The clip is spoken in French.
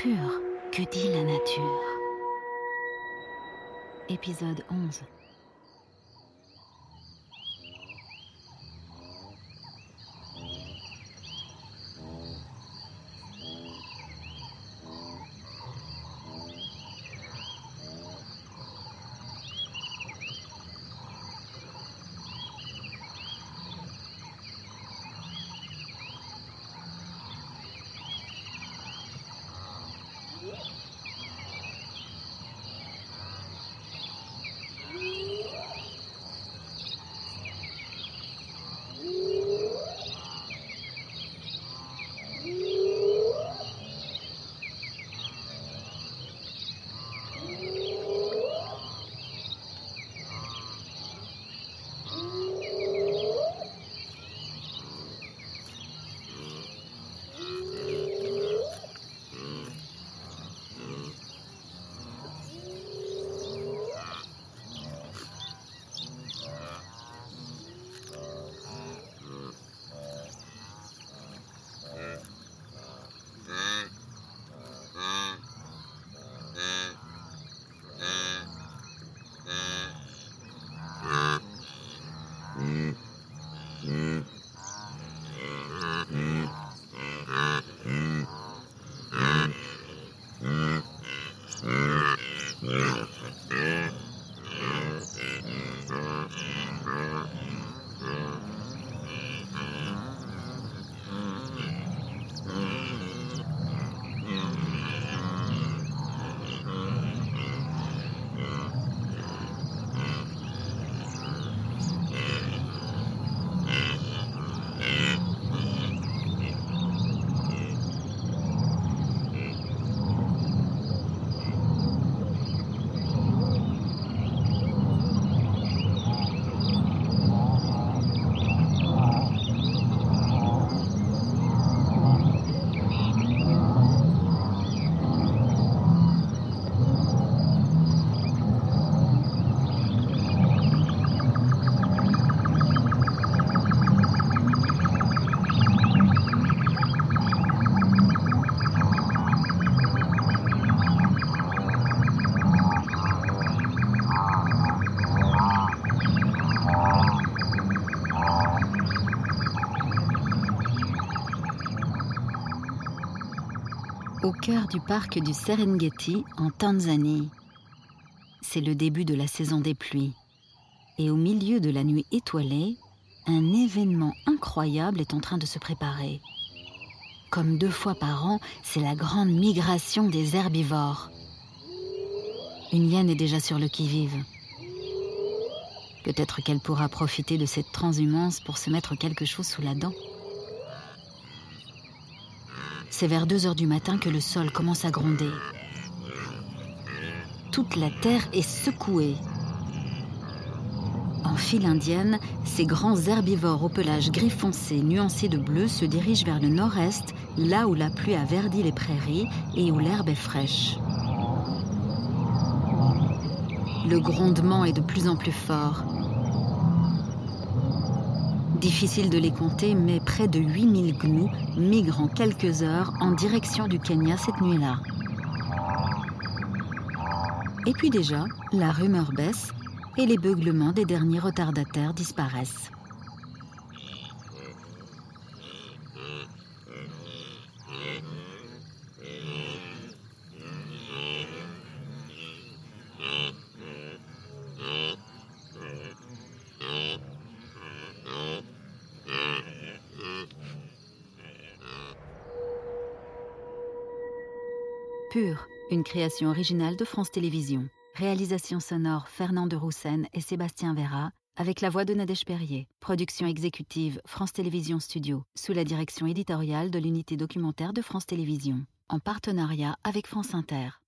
Pur, que dit la nature? Épisode 11. Au cœur du parc du Serengeti, en Tanzanie. C'est le début de la saison des pluies. Et au milieu de la nuit étoilée, un événement incroyable est en train de se préparer. Comme 2 fois par an, c'est la grande migration des herbivores. Une hyène est déjà sur le qui-vive. Peut-être qu'elle pourra profiter de cette transhumance pour se mettre quelque chose sous la dent. C'est vers 2 heures du matin que le sol commence à gronder. Toute la terre est secouée. En file indienne, ces grands herbivores au pelage gris foncé nuancé de bleu se dirigent vers le nord-est, là où la pluie a verdi les prairies et où l'herbe est fraîche. Le grondement est de plus en plus fort. Difficile de les compter, mais près de 8000 gnous migrent en quelques heures en direction du Kenya cette nuit-là. Et puis déjà, la rumeur baisse et les beuglements des derniers retardataires disparaissent. Pur, une création originale de France Télévisions. Réalisation sonore Fernand de Roussen et Sébastien Vera, avec la voix de Nadège Perrier. Production exécutive France Télévisions Studio, sous la direction éditoriale de l'unité documentaire de France Télévisions, en partenariat avec France Inter.